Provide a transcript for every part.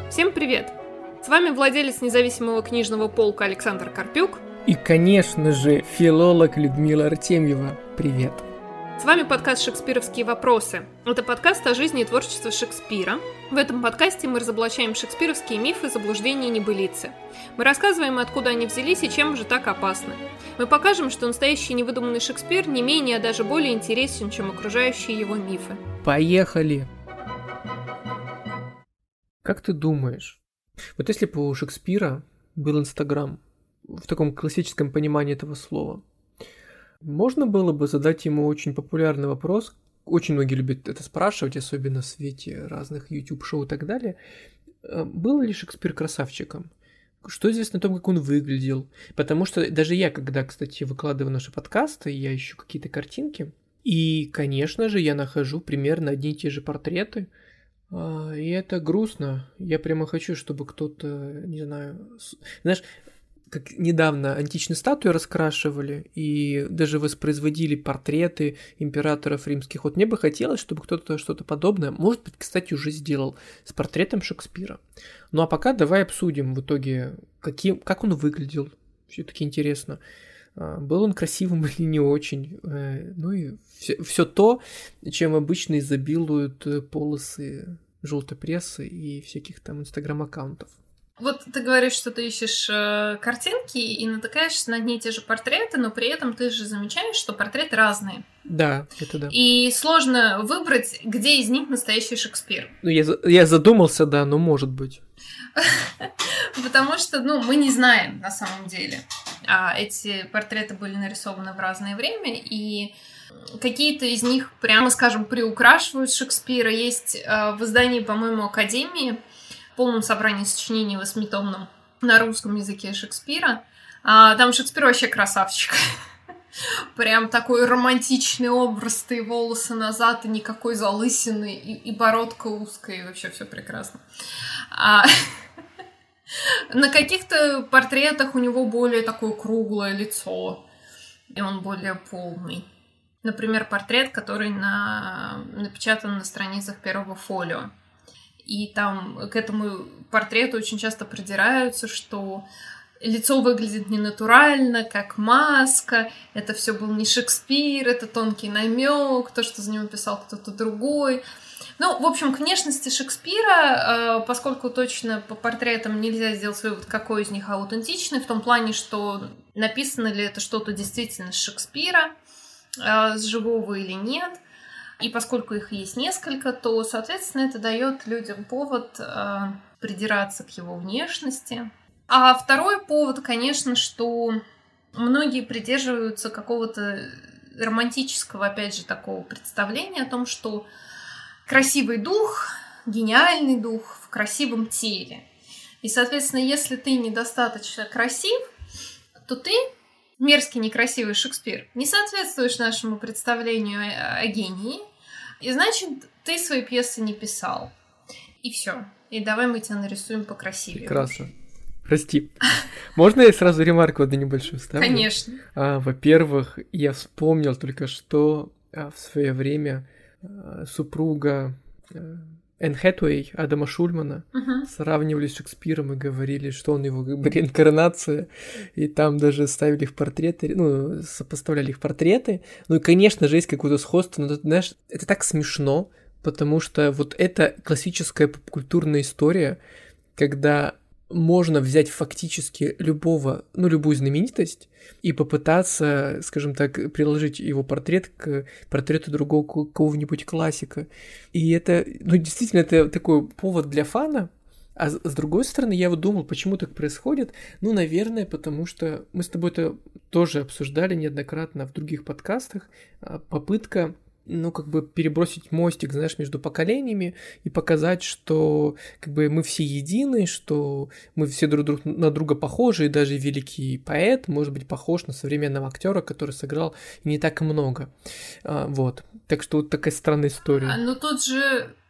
Всем привет! С вами владелец независимого книжного полка Александр Карпюк. И, конечно же, филолог Людмила Артемьева. Привет! С вами подкаст «Шекспировские вопросы». Это подкаст о жизни и творчестве Шекспира. В этом подкасте мы разоблачаем шекспировские мифы, заблуждения и небылицы. Мы рассказываем, откуда они взялись и чем же так опасны. Мы покажем, что настоящий невыдуманный Шекспир не менее, а даже более интересен, чем окружающие его мифы. Поехали! Как ты думаешь, вот если бы у Шекспира был Инстаграм, в таком классическом понимании этого слова, можно было бы задать ему очень популярный вопрос, очень многие любят это спрашивать, особенно в свете разных YouTube-шоу и так далее, был ли Шекспир красавчиком? Что известно о том, как он выглядел? Потому что даже я, когда, кстати, выкладываю наши подкасты, я ищу какие-то картинки, и, конечно же, я нахожу примерно одни и те же портреты, и это грустно. Я прямо хочу, чтобы кто-то, не знаю, знаешь, как недавно античные статуи раскрашивали и даже воспроизводили портреты императоров римских. Вот мне бы хотелось, чтобы кто-то что-то подобное, может быть, кстати, уже сделал с портретом Шекспира. Ну а пока давай обсудим в итоге, как он выглядел. Все-таки интересно, был он красивым или не очень. Ну и все то, чем обычно изобилуют полосы желтой прессы и всяких там инстаграм-аккаунтов. Вот ты говоришь, что ты ищешь картинки и натыкаешься на одни и те же портреты, но при этом ты же замечаешь, что портреты разные. Да, это да. И сложно выбрать, где из них настоящий Шекспир. Ну, я задумался, да, но может быть. Потому что, мы не знаем на самом деле. Эти портреты были нарисованы в разное время, и какие-то из них, прямо скажем, приукрашивают Шекспира. Есть в издании, по-моему, Академии, в полном собрании сочинений восьмитомном на русском языке Шекспира. Там Шекспир вообще красавчик. Прям такой романтичный образ, и волосы назад, и никакой залысины, и бородка узкая, и вообще все прекрасно. На каких-то портретах у него более такое круглое лицо, и он более полный. Например, портрет, который напечатан на страницах первого фолио. И там к этому портрету очень часто придираются, что лицо выглядит ненатурально, как маска, это все был не Шекспир, это тонкий намек, то, что за него писал кто-то другой. Ну, в общем, к внешности Шекспира, поскольку точно по портретам нельзя сделать вывод, какой из них аутентичный, в том плане, что написано ли это что-то действительно с Шекспира, с живого или нет. И поскольку их есть несколько, то, соответственно, это дает людям повод придираться к его внешности. А второй повод, конечно, что многие придерживаются какого-то романтического, опять же, такого представления о том, что красивый дух, гениальный дух в красивом теле. И, соответственно, если ты недостаточно красив, то ты, мерзкий некрасивый Шекспир, не соответствуешь нашему представлению о гении, и значит, ты свои пьесы не писал. И все. И давай мы тебя нарисуем покрасивее. Прекрасно. Прости. Можно я сразу ремарку одну небольшую вставлю? Конечно. Во-первых, я вспомнил только что в свое время супруга Энн Хэтэуэй, Адама Шульмана, сравнивали с Шекспиром и говорили, что он его как бы реинкарнация, и там даже ставили их портреты, сопоставляли их портреты. Ну и, конечно же, есть какое-то сходство, но, знаешь, это так смешно, потому что вот это классическая попкультурная история, когда можно взять фактически любую знаменитость и попытаться, скажем так, приложить его портрет к портрету другого какого-нибудь классика. И это, действительно, это такой повод для фана. А с другой стороны, я вот думал, почему так происходит. Наверное, потому что мы с тобой это тоже обсуждали неоднократно в других подкастах. Попытка перебросить мостик, знаешь, между поколениями и показать, что мы все едины, что мы все друг на друга похожи, и даже великий поэт может быть похож на современного актера, который сыграл не так много. Вот. Так что вот такая странная история. Тут же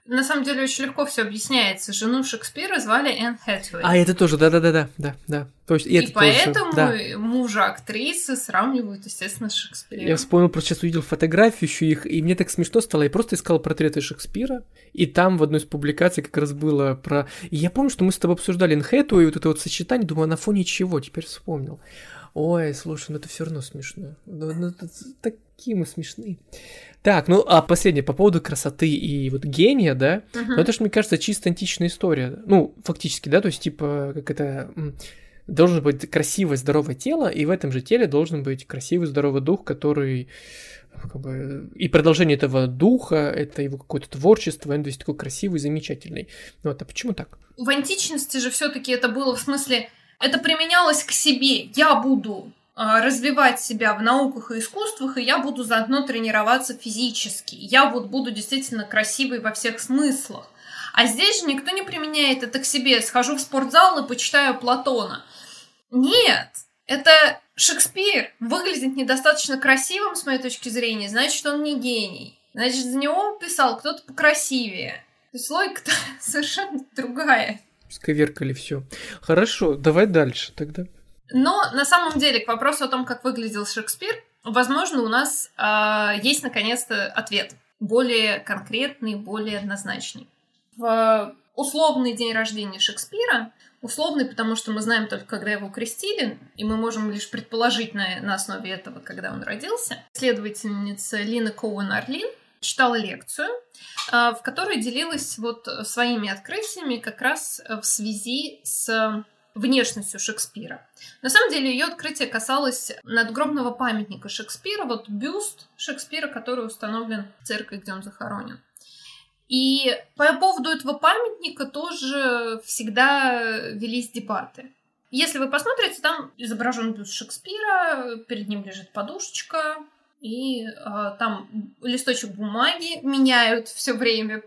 на самом деле очень легко все объясняется. Жену Шекспира звали Энн Хэтэуэй. А, это тоже, да. То есть, и поэтому мужа актрисы сравнивают, естественно, с Шекспиром. Я вспомнил, просто сейчас увидел фотографию еще их, и мне так смешно стало. Я просто искал портреты Шекспира, и там в одной из публикаций как раз было про... И я помню, что мы с тобой обсуждали Энн Хэтэуэй, вот это вот сочетание, думаю, а на фоне чего? Теперь вспомнил. Ой, слушай, ну это все равно смешно. Ну, такие мы смешные. Так, ну, а последнее, по поводу красоты и вот гения, да, ну, это же, мне кажется, чисто античная история. Ну, фактически, да, то есть, типа, как это... Должно быть красивое, здоровое тело, и в этом же теле должен быть красивый, здоровый дух, который... Как бы, и продолжение этого духа, это его какое-то творчество, он весь такой красивый, замечательный. Вот, а почему так? В античности же все-таки это было в смысле... Это применялось к себе. Я буду развивать себя в науках и искусствах, и я буду заодно тренироваться физически. Я вот буду действительно красивой во всех смыслах. А здесь же никто не применяет это к себе. Схожу в спортзал и почитаю Платона. Нет, это Шекспир выглядит недостаточно красивым, с моей точки зрения, значит, он не гений. Значит, за него писал кто-то покрасивее. То есть логика-то совершенно другая. Сковеркали все. Хорошо, давай дальше тогда. Но на самом деле к вопросу о том, как выглядел Шекспир, возможно, у нас есть наконец-то ответ. Более конкретный, более однозначный. В условный день рождения Шекспира, условный, потому что мы знаем только, когда его крестили, и мы можем лишь предположить на основе этого, когда он родился, исследовательница Лина Коуэн-Орлин читала лекцию, в которой делилась вот своими открытиями как раз в связи с внешностью Шекспира. На самом деле ее открытие касалось надгробного памятника Шекспира, вот бюст Шекспира, который установлен в церкви, где он захоронен. И по поводу этого памятника тоже всегда велись дебаты. Если вы посмотрите, там изображен бюст Шекспира, перед ним лежит подушечка, и там листочек бумаги меняют все время.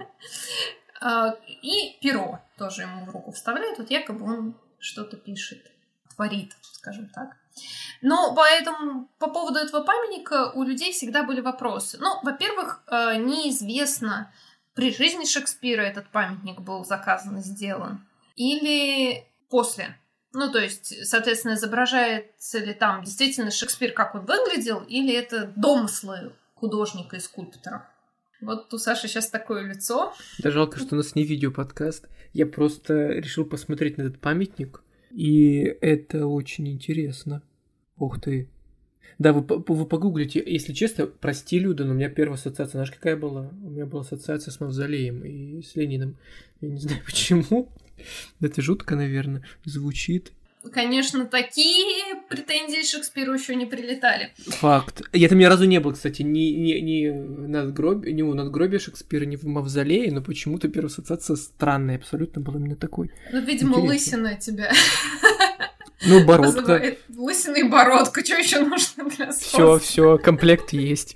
И перо тоже ему в руку вставляют, вот якобы он что-то пишет, творит, скажем так. Но поэтому по поводу этого памятника у людей всегда были вопросы. Ну, во-первых, неизвестно, при жизни Шекспира этот памятник был заказан и сделан, или после. Ну, то есть, соответственно, изображается ли там действительно Шекспир, как он выглядел, или это домыслы художника и скульптора. Вот у Саши сейчас такое лицо. Да жалко, что у нас не видеоподкаст. Я просто решил посмотреть на этот памятник, и это очень интересно. Ух ты. Да, вы погуглите, если честно, прости, Люда, но у меня первая ассоциация, знаешь, какая была? У меня была ассоциация с Мавзолеем и с Лениным. Я не знаю почему. Это жутко, наверное, звучит. Конечно, такие претензии Шекспиру еще не прилетали. Факт. И это ни разу не было, кстати, ни у надгробия Шекспира, ни в Мавзолее, но почему-то первая ассоциация странная, абсолютно была именно такой. Ну, видимо, лысина тебя. Ну, бородка. Лысина и бородка, что еще нужно для спорта? Все, комплект есть.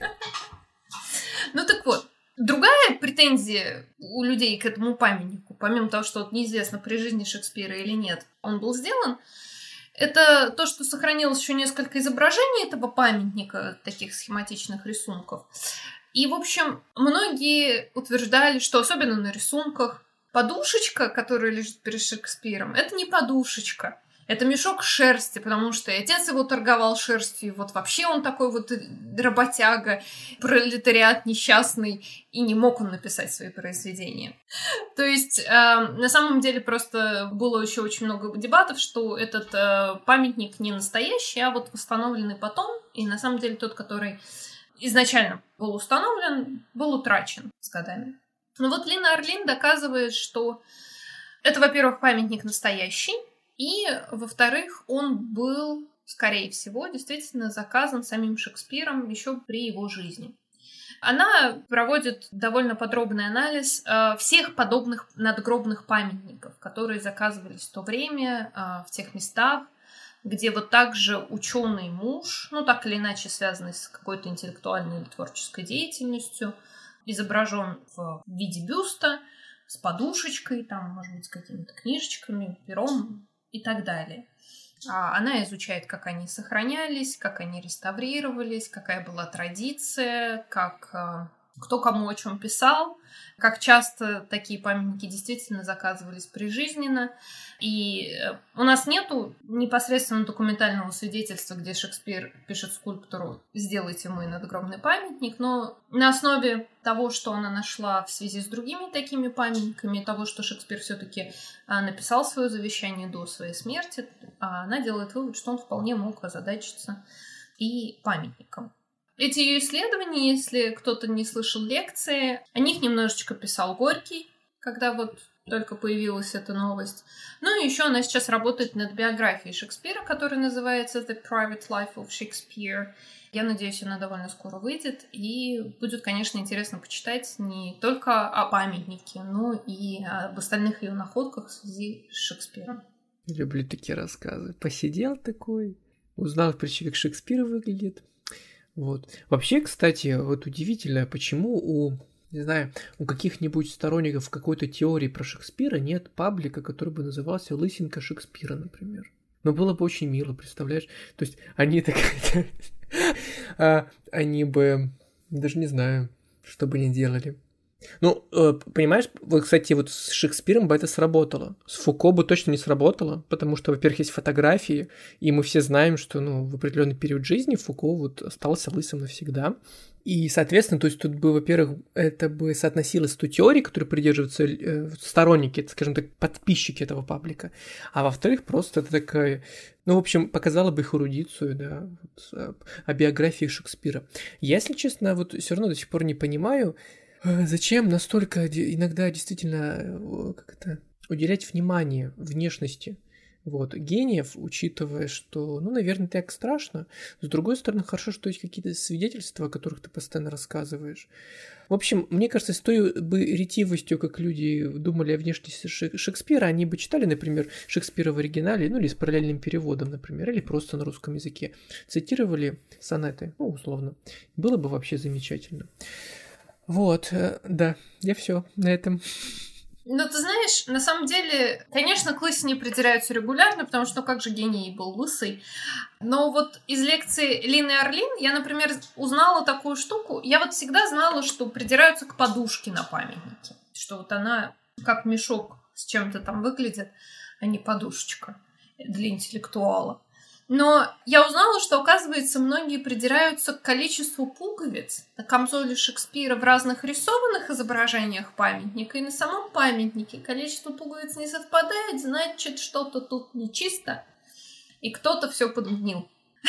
Ну так вот, другая претензия у людей к этому памятнику, помимо того, что вот неизвестно, при жизни Шекспира или нет он был сделан, это то, что сохранилось еще несколько изображений этого памятника, таких схематичных рисунков. И, в общем, многие утверждали, что особенно на рисунках подушечка, которая лежит перед Шекспиром, это не подушечка. Это мешок шерсти, потому что и отец его торговал шерстью, и вот вообще он такой вот работяга, пролетариат несчастный, и не мог он написать свои произведения. То есть, на самом деле, просто было еще очень много дебатов, что этот памятник не настоящий, а вот восстановленный потом, и на самом деле тот, который изначально был установлен, был утрачен с годами. Но вот Лина Орлин доказывает, что это, во-первых, памятник настоящий, и, во-вторых, он был, скорее всего, действительно заказан самим Шекспиром еще при его жизни. Она проводит довольно подробный анализ всех подобных надгробных памятников, которые заказывались в то время в тех местах, где вот так же ученый муж, ну так или иначе связанный с какой-то интеллектуальной или творческой деятельностью, изображен в виде бюста, с подушечкой, там, может быть, с какими-то книжечками, пером и так далее. Она изучает, как они сохранялись, как они реставрировались, какая была традиция, как кто кому о чем писал, как часто такие памятники действительно заказывались прижизненно. И у нас нету непосредственно документального свидетельства, где Шекспир пишет скульптору «сделайте мой надгробный памятник», но на основе того, что она нашла в связи с другими такими памятниками, того, что Шекспир все-таки написал свое завещание до своей смерти, она делает вывод, что он вполне мог озадачиться и памятником. Эти ее исследования, если кто-то не слышал лекции, о них немножечко писал Горький, когда вот только появилась эта новость. Ну и еще она сейчас работает над биографией Шекспира, которая называется The Private Life of Shakespeare. Я надеюсь, она довольно скоро выйдет, и будет, конечно, интересно почитать не только о памятнике, но и об остальных ее находках в связи с Шекспиром. Люблю такие рассказы. Посидел такой, узнал, как Шекспир выглядит. Вот. Вообще, кстати, вот удивительно, почему у каких-нибудь сторонников какой-то теории про Шекспира нет паблика, который бы назывался «Лысинка Шекспира», например. Но было бы очень мило, представляешь? То есть они они бы... Даже не знаю, что бы они делали. Ну, понимаешь, вот, кстати, вот с Шекспиром бы это сработало. С Фуко бы точно не сработало, потому что, во-первых, есть фотографии, и мы все знаем, что, в определенный период жизни Фуко вот остался лысым навсегда. И, соответственно, то есть тут бы, во-первых, это бы соотносилось с той теорией, которой придерживаются сторонники, скажем так, подписчики этого паблика. А во-вторых, просто это такая... в общем, показала бы их эрудицию, да, о биографии Шекспира. Я, если честно, вот все равно до сих пор не понимаю, зачем настолько иногда действительно уделять внимание внешности гениев, учитывая, что, наверное, так страшно. С другой стороны, хорошо, что есть какие-то свидетельства, о которых ты постоянно рассказываешь. В общем, мне кажется, с той бы ретивостью, как люди думали о внешности Шекспира, они бы читали, например, Шекспира в оригинале, или с параллельным переводом, например, или просто на русском языке. Цитировали сонеты, условно. Было бы вообще замечательно. Вот, да, я все на этом. Ты знаешь, на самом деле, конечно, к лысине придираются регулярно, потому что как же гений был лысый. Но вот из лекции Лины Орлин я, например, узнала такую штуку. Я вот всегда знала, что придираются к подушке на памятнике. Что вот она как мешок с чем-то там выглядит, а не подушечка для интеллектуала. Но я узнала, что, оказывается, многие придираются к количеству пуговиц на камзоле Шекспира в разных рисованных изображениях памятника, и на самом памятнике количество пуговиц не совпадает, значит, что-то тут нечисто, и кто-то все подменил.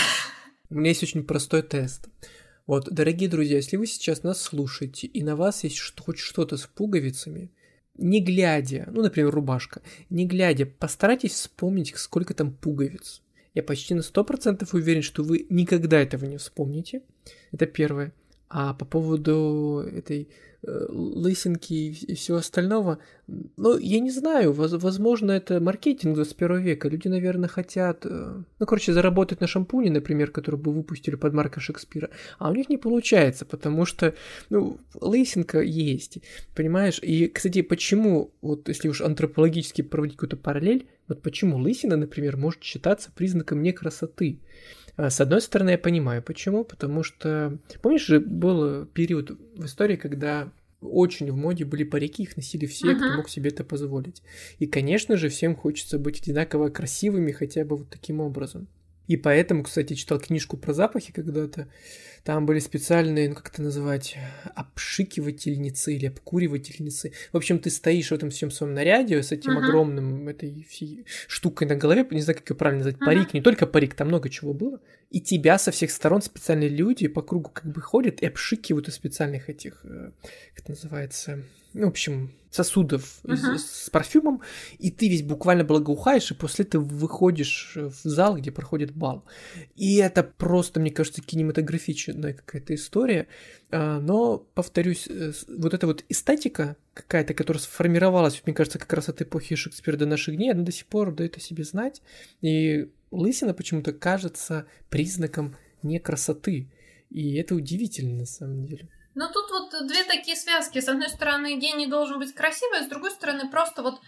У меня есть очень простой тест. Вот, дорогие друзья, если вы сейчас нас слушаете, и на вас есть хоть что-то с пуговицами, не глядя, например, рубашка, не глядя, постарайтесь вспомнить, сколько там пуговиц. Я почти на 100% уверен, что вы никогда этого не вспомните. Это первое. А по поводу этой лысинки и всего остального, я не знаю, возможно, это маркетинг 21 века. Люди, наверное, хотят, заработать на шампуне, например, который бы выпустили под маркой Шекспира, а у них не получается, потому что, лысинка есть, понимаешь? И, кстати, почему, если уж антропологически проводить какую-то параллель, почему лысина, например, может считаться признаком некрасоты? С одной стороны, я понимаю, почему, потому что, помнишь же, был период в истории, когда очень в моде были парики, их носили все, кто мог себе это позволить. И, конечно же, всем хочется быть одинаково красивыми хотя бы вот таким образом. И поэтому, кстати, читал книжку про запахи когда-то. Там были специальные, как это называть, обшикивательницы или обкуривательницы. В общем, ты стоишь в этом всем своем наряде с этим огромным этой всей штукой на голове, не знаю, как ее правильно назвать, парик, не только парик, там много чего было. И тебя со всех сторон специальные люди по кругу ходят и обшикивают из специальных этих, как это называется, в общем, сосудов с парфюмом, и ты весь буквально благоухаешь, и после этого выходишь в зал, где проходит бал. И это просто, мне кажется, кинематографичная какая-то история. Но, повторюсь, вот эта вот эстетика какая-то, которая сформировалась, мне кажется, как раз от эпохи Шекспира до наших дней, она до сих пор дает о себе знать. И лысина почему-то кажется признаком некрасоты. И это удивительно, на самом деле. Тут две такие связки. С одной стороны, гений должен быть красивый, а с другой стороны, просто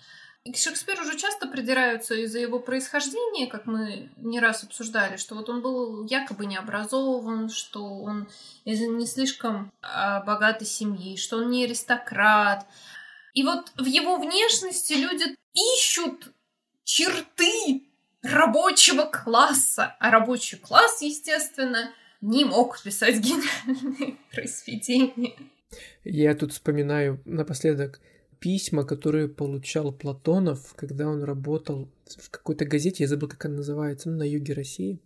И к Шекспиру же часто придираются из-за его происхождения, как мы не раз обсуждали, что вот он был якобы необразован, что он из не слишком богатой семьи, что он не аристократ. И вот в его внешности люди ищут черты рабочего класса. А рабочий класс, естественно, не мог писать гениальные произведения. Я тут вспоминаю напоследок письма, которые получал Платонов, когда он работал в какой-то газете, я забыл, как она называется, на юге России.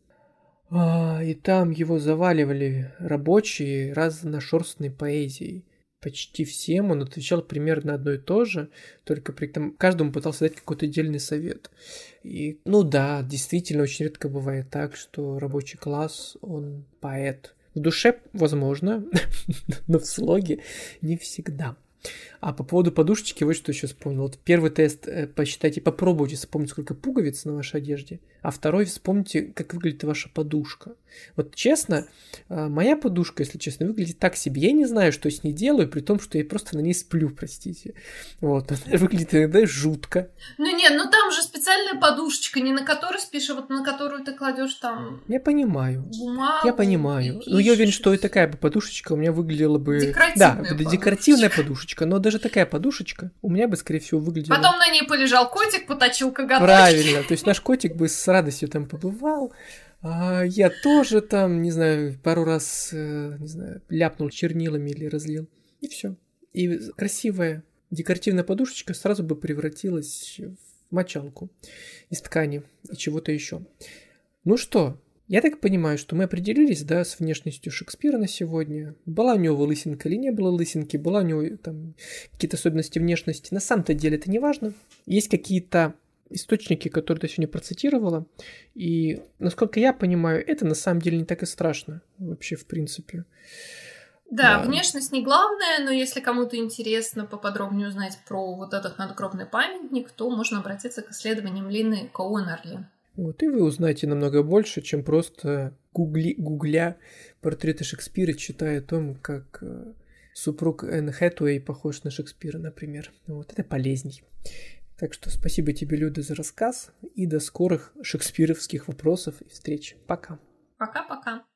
И там его заваливали рабочие разношерстной поэзией. Почти всем он отвечал примерно одно и то же, только при этом каждому пытался дать какой-то отдельный совет. И, ну да, действительно, очень редко бывает так, что рабочий класс, он поэт. В душе, возможно, но в слоге не всегда. А по поводу подушечки, вот что еще вспомнил. Вот первый тест посчитайте, попробуйте вспомнить, сколько пуговиц на вашей одежде, а второй вспомните, как выглядит ваша подушка. Вот честно, моя подушка, если честно, выглядит так себе. Я не знаю, что с ней делаю, при том, что я просто на ней сплю, простите. Вот, она выглядит иногда жутко. Ну нет, ну там же специальная подушечка, не на которой спишь, а вот на которую ты кладешь там... Я понимаю. Бумагу. Я понимаю. Но я уверен, что и такая бы подушечка у меня выглядела бы... Декоративная подушечка. Декоративная подушечка, но даже такая подушечка у меня бы, скорее всего, выглядела... Потом на ней полежал котик, поточил коготочки. Правильно, то есть наш котик бы с радостью там побывал, а я тоже там, не знаю, пару раз, не знаю, ляпнул чернилами или разлил, и все. И красивая декоративная подушечка сразу бы превратилась в мочалку из ткани и чего-то еще. Ну что, я так понимаю, что мы определились, да, с внешностью Шекспира на сегодня. Была у него лысинка или не было лысинки, была у него там какие-то особенности внешности. На самом-то деле это не важно. Есть какие-то источники, которые ты сегодня процитировала, и, насколько я понимаю, это на самом деле не так и страшно вообще, в принципе. Да, внешность не главное, но если кому-то интересно поподробнее узнать про вот этот надгробный памятник, то можно обратиться к исследованиям Лины Коуэн-Арлен. Вот, и вы узнаете намного больше, чем просто гугля портреты Шекспира, читая о том, как супруг Энн Хэтэуэй похож на Шекспира, например. Вот, это полезней. Так что спасибо тебе, Люда, за рассказ, и до скорых шекспировских вопросов и встреч. Пока. Пока-пока.